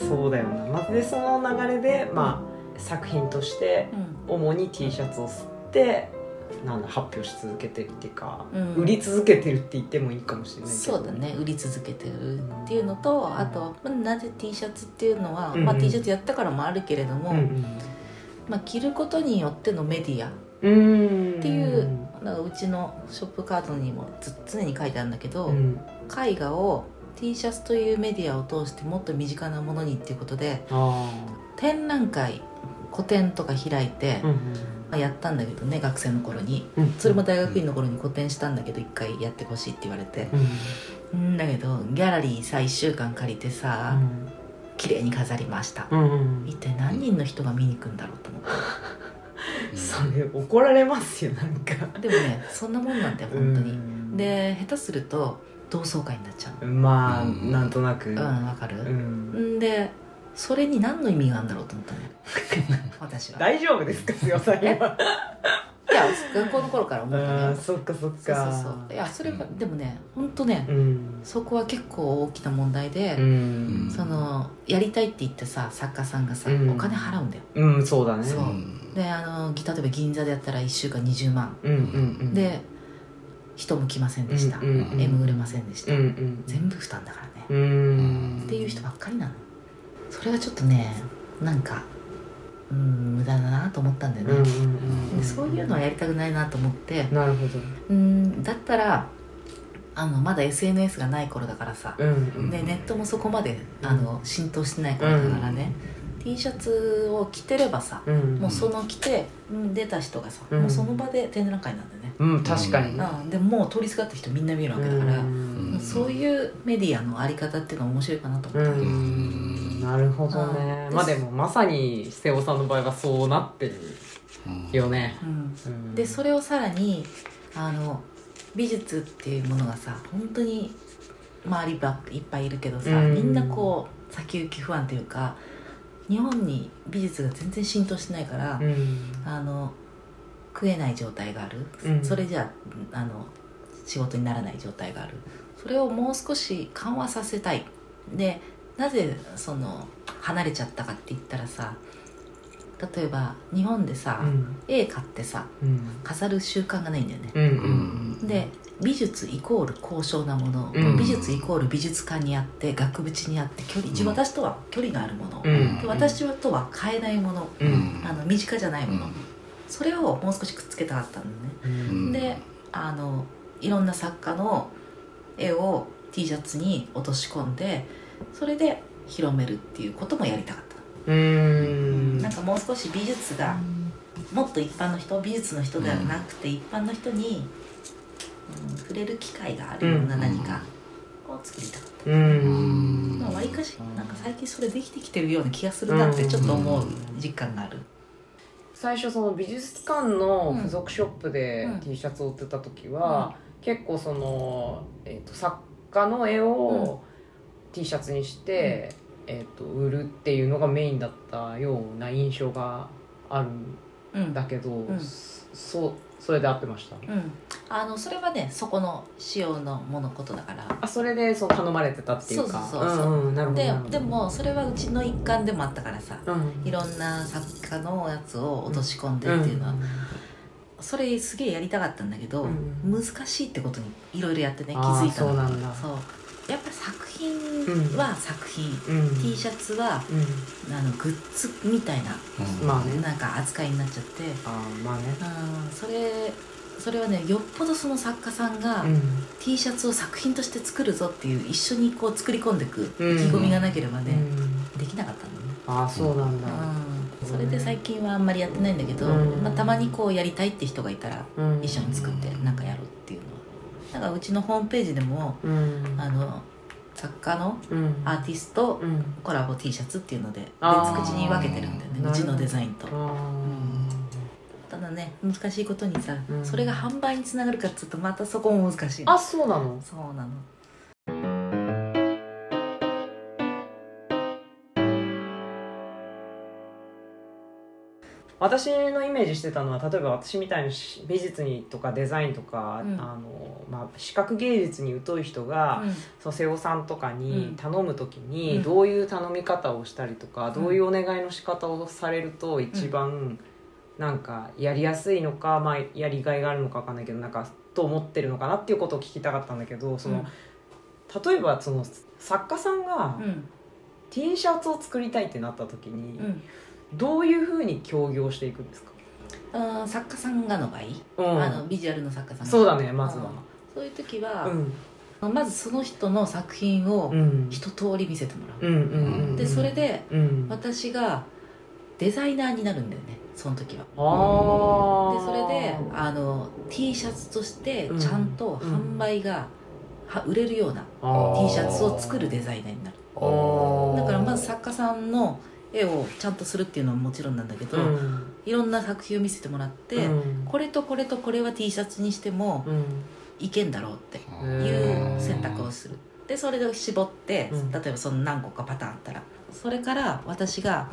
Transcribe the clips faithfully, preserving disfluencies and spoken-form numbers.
そうだよな。まずでその流れで、まあ、作品として主に T シャツを吸ってなんだ発表し続けてるっていうか、うん、売り続けてるって言ってもいいかもしれないけど、 そうだね、売り続けてるっていうのと、うん、あとなぜ T シャツっていうのは、うんまあ、T シャツやったからもあるけれども、うんうんまあ、着ることによってのメディアっていうなんかうちのショップカードにも常に書いてあるんだけど、うん、絵画を T シャツというメディアを通してもっと身近なものにっていうことで展覧会個展とか開いて、うんうんまあ、やったんだけどね学生の頃に、うん、それも大学院の頃に個展したんだけど一回やってほしいって言われて、うん、だけどギャラリーさいっしゅうかん借りてさ、うん、綺麗に飾りました、うんうん、一体何人の人が見に行くんだろうと思ってそれ怒られますよなんかでもねそんなもんなんだよ本当に、うん、で下手すると同窓会になっちゃうまあ、うん、なんとなくうんわかる、うん、でそれに何の意味があるんだろうと思ったね私は大丈夫ですか強さにはいや学校の頃から思ったねあそっかそっかそうそうそういやそれはでもね本当ね、うん、そこは結構大きな問題で、うん、そのやりたいって言ってさ作家さんがさ、うん、お金払うんだようんそうだねそうであの例えば銀座でやったらいっしゅうかんにじゅうまん、うんうんうん、で人も来ませんでした、うんうんうん、絵も売れませんでした、うんうん、全部負担だからね、うん、っていう人ばっかりなのそれがちょっとねなんかうん無駄だなと思ったんだよね、うんうんうん、でそういうのはやりたくないなと思ってなるほどうんだったらあのまだ エスエヌエス がない頃だからさ、うんうん、でネットもそこまであの浸透してない頃だからね、うん、T シャツを着てればさ、うんうん、もうその着て、うん、出た人がさ、うん、もうその場で展覧会なんだよね、 うん、確かに、 うん、でもう通りすがった人みんな見るわけだから、うん、そういうメディアのあり方っていうのは面白いかなと思った、うんなるほどね、まあでもまさに瀬尾さんの場合はそうなってるよね、うんうん、でそれをさらにあの美術っていうものがさ本当に周りばいっぱいいるけどさ、うん、みんなこう先行き不安というか日本に美術が全然浸透してないから、うん、あの食えない状態がある、うん、それじゃあ、あの仕事にならない状態があるそれをもう少し緩和させたいでなぜその離れちゃったかって言ったらさ例えば日本でさ、うん、絵買ってさ、うん、飾る習慣がないんだよね、うんうん、で美術イコール高尚なもの、うん、美術イコール美術館にあって額縁にあって距離、うん、私とは距離のあるもの、うん、で私とは買えないもの、うん、あの身近じゃないもの、うん、それをもう少しくっつけたかったんだね、うん、であのいろんな作家の絵を T シャツに落とし込んでそれで広めるっていうこともやりたかったうーんなんかもう少し美術がもっと一般の人美術の人ではなくて一般の人に、うん、触れる機会があるような何かを作りたかったうんまあ割かしなんか最近それできてきてるような気がするなってちょっと思う実感がある最初その美術館の付属ショップで T シャツを売ってた時は、うん、結構その、えーと、作家の絵を T シャツにして、うんえーと、売るっていうのがメインだったような印象があるんだけど、うんうん、そうそれで合ってました、 うん、あのそれはねそこの仕様のものことだからあそれでそう頼まれてたっていうかそうそうそうそう、うんうん、なるほどで、でもそれはうちの一環でもあったからさ、うん、いろんな作家のやつを落とし込んでっていうのは、うんうん、それすげえやりたかったんだけど、うん、難しいってことにいろいろやってね気づいたのそうなんだそうやっぱり作品は作品、うん、T シャツは、うん、あのグッズみたいな、うんまあね、なんか扱いになっちゃってあまあねあそれそれはねよっぽどその作家さんが、うん、T シャツを作品として作るぞっていう一緒にこう作り込んでいく意気込みがなければね、うん、できなかったのねあそうなんだ、 うん、それで最近はあんまりやってないんだけど、うんまあ、たまにこうやりたいって人がいたら、うん、一緒に作ってなんかやろうっていうのはだからうちのホームページでも、うん、あの作家のアーティスト、うん、コラボ T シャツっていうので別口に分けてるんだよねうちのデザインと、うん、ただね難しいことにさ、うん、それが販売につながるかっつうとまたそこも難しいあそうなのそうなの私のイメージしてたのは、例えば私みたいに美術にとかデザインとか、うん、あのまあ、視覚芸術に疎い人が、うん、そう瀬尾さんとかに頼む時にどういう頼み方をしたりとか、うん、どういうお願いの仕方をされると一番なんかやりやすいのか、まあ、やりがいがあるのか分かんないけど、なんかと思ってるのかなっていうことを聞きたかったんだけど、その、うん、例えばその作家さんが T シャツを作りたいってなった時に、うん、どういうふうに協業していくんですか？ あ、作家さんがの場合、うん、あのビジュアルの作家さんが、 そうだね、まずはそういう時は、うん、まずその人の作品を一通り見せてもらう、うん、でそれで、うん、私がデザイナーになるんだよね、その時は。あでそれであの T シャツとしてちゃんと販売が、うん、売れるような T シャツを作るデザイナーになる。だからまず作家さんの絵をちゃんとするっていうのはもちろんなんだけど、うん、いろんな作品を見せてもらって、うん、これとこれとこれは T シャツにしてもいけんだろうっていう選択をする。でそれで絞って、うん、例えばその何個かパターンあったら、それから私が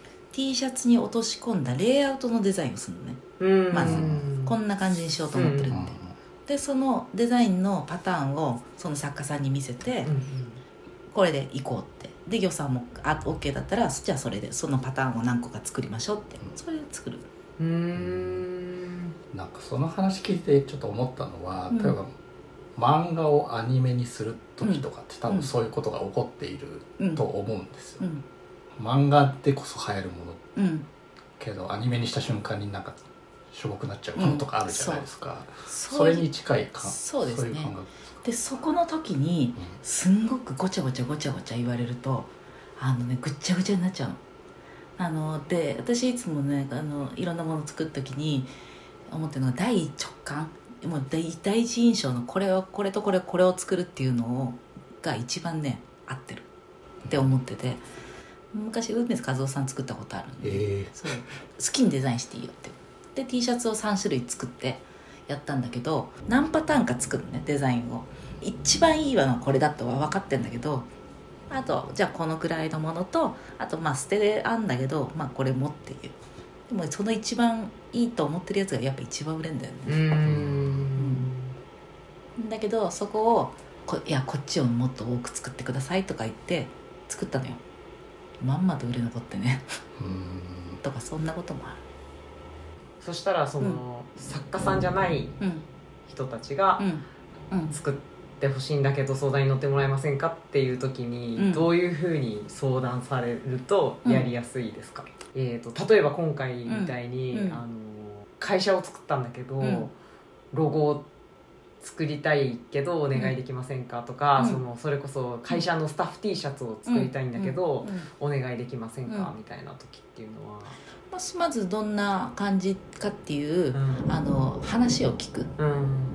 T シャツに落とし込んだレイアウトのデザインをするのね、うん、まずこんな感じにしようと思ってるって、うん、でそのデザインのパターンをその作家さんに見せて、うん、これでいこうって、で予算もあ OK だったら、じゃあそれでそのパターンを何個か作りましょうって、それで作る。うーん、なんかその話聞いてちょっと思ったのは、うん、例えば漫画をアニメにする時とかって多分そういうことが起こっていると思うんですよ、うんうん、漫画でこそ流行るもの、うん、けどアニメにした瞬間になんかしょぼくなっちゃうものとかあるじゃないですか、うん、そ, それに近いか、 そうですね、 そういう感覚でそこの時にすんごくごちゃごちゃごちゃごちゃ言われると、あのねぐっちゃぐちゃになっちゃうの。あので私いつもね、あのいろんなものを作る時に思ってるのが、第一直感、もう 第, 第一印象のこれをこれとこれこれを作るっていうのをが一番ね合ってるって思ってて、昔梅津和夫さん作ったことあるんで、えー、そう好きにデザインしていいよってで T シャツをさん種類作ってやったんだけど、何パターンか作るのね、デザインを。一番いいのはこれだとは分かってんだけど、あとじゃあこのくらいのものと、あとまあ捨てであんだけど、まあこれもっていう、でもその一番いいと思ってるやつがやっぱ一番売れんだよね。うーん、うん、だけどそこをこいやこっちをもっと多く作ってくださいとか言って作ったのよ。まんまと売れ残ってねうんとか、そんなこともある。 そしたらその、うん、作家さんじゃない人たちが作ってほしいんだけど相談に乗ってもらえませんかっていう時にどういうふうに相談されるとやりやすいですか？うん、えーと、例えば今回みたいに、うん、あの会社を作ったんだけど、うん、ロゴを作りたいけどお願いできませんかとか、うん、そのそれこそ会社のスタッフ T シャツを作りたいんだけど、うんうん、お願いできませんか、みたいな時っていうのは、 まずどんな感じかっていう、うん、あの話を聞く、うん、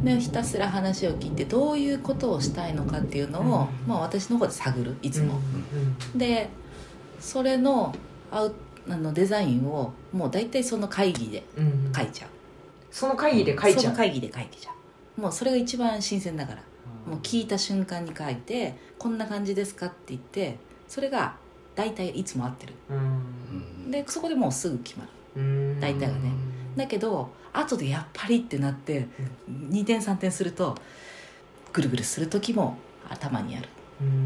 でひたすら話を聞いてどういうことをしたいのかっていうのを、うん、まあ、私の方で探る、いつも、うん、でそれのアウあのデザインをもう大体その会議で書いちゃう、 その会議で書いちゃう、 その会議で書いてちゃう、もうそれが一番新鮮だから、もう聞いた瞬間に書いて、こんな感じですかって言って、それが大体いつも合ってる、うん、でそこでもうすぐ決まる、大体がね。だけど後でやっぱりってなってにてんさんてんするとぐるぐるする時も頭にある。うん、うん、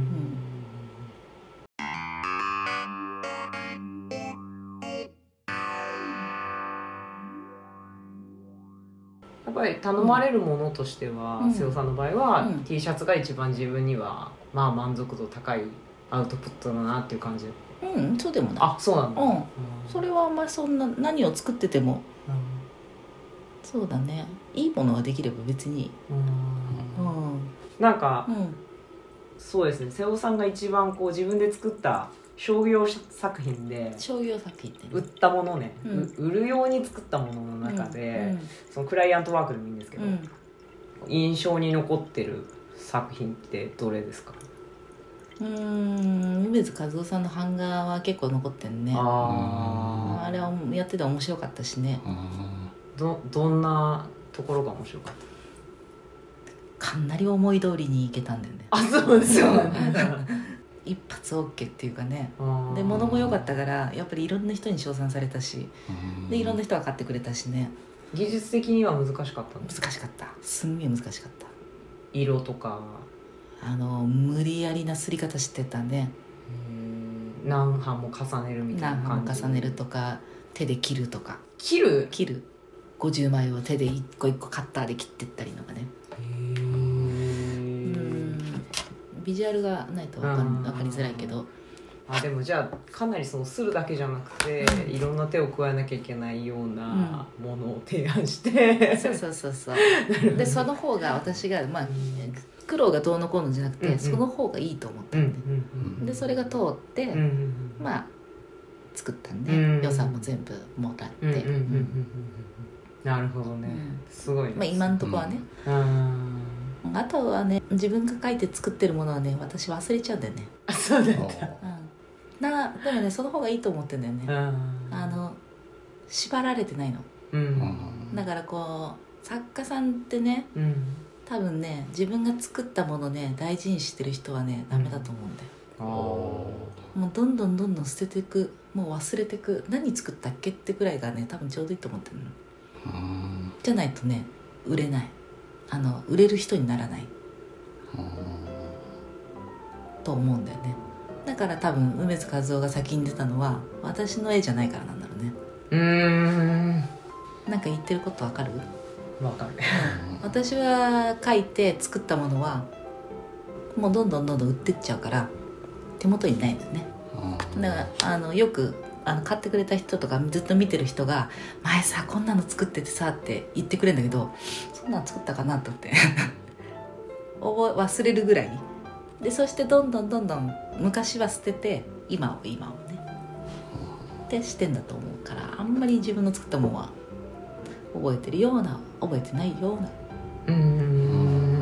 やっぱり頼まれるものとしては、うん、瀬尾さんの場合は、うん、T シャツが一番自分にはまあ満足度高いアウトプットだなっていう感じ。 うん、そうでもない。 あ、そうなんだ。うん、 それはあんまりそんな何を作ってても、うん、そうだね。いいものができれば別にいい。 うん、うん、なんか、うん、そうですね。瀬尾さんが一番こう自分で作った商業作品で、 商業作品って、ね、 売ったものね、うん、売るように作ったものの中で、うんうん、そのクライアントワークでもいいんですけど、うん、印象に残ってる作品ってどれですか？ うーん、梅津和夫さんの版画は結構残ってるね。ああれはやってて面白かったしね。 どどんなところが面白かった？ かなり思い通りにいけたんだよね。 あ、そうですよ一発 OK っていうかね。で物も良かったからやっぱりいろんな人に称賛されたし、でいろんな人が買ってくれたしね。 技術的には難しかったんですか？ 難しかった。すんげえ難しかった。 色とかあの無理やりなすり方してたね。 何版も重ねるみたいな感じ。 何版も重ねるとか手で切るとか。 切る切るごじゅうまいを手で一個一個カッターで切ってったりとかね。へうんビジュアルがないと分かん分かりづらいけど。 あでもじゃあかなりそのするだけじゃなくて、うん、いろんな手を加えなきゃいけないようなものを提案して、うん、 そうそうそうそうでその方が私がまあ、うん、苦労がどうのこうのじゃなくて、うんうん、その方がいいと思ったんで、うんうんうん、でそれが通って、うんうんうん、まあ作ったんで、うんうん、予算も全部もらって、うんうんうんうん、 なるほどね、うん、すごい、 まあ、今のとこはね、うん、あとはね自分が書いて作ってるものはね私忘れちゃうんだよね。 あそうだった、うんなでもねその方がいいと思ってんだよね。あの縛られてないの、うん、だからこう作家さんってね、うん、多分ね自分が作ったものね大事にしてる人はねダメだと思うんだよ、うん、もうどんどんどんどん捨てていく、もう忘れていく、何作ったっけってくらいがね多分ちょうどいいと思ってるの、うん、じゃないとね売れない、あの売れる人にならない、うん、と思うんだよね。だから多分梅津和夫が先に出たのは私の絵じゃないからなんだろうね。うーんなんか言ってることわかる？ わかる、 うん、私は描いて作ったものはもうどんどんどんどん売ってっちゃうから手元にないんだよね。だからあのよくあの買ってくれた人とかずっと見てる人が前さこんなの作っててさって言ってくれるんだけど、そんなの作ったかなと思って覚え忘れるぐらいで、そしてどんどんどんどん昔は捨てて今を今をねってしてんだと思うから、あんまり自分の作ったものは覚えてるような覚えてないような、うーん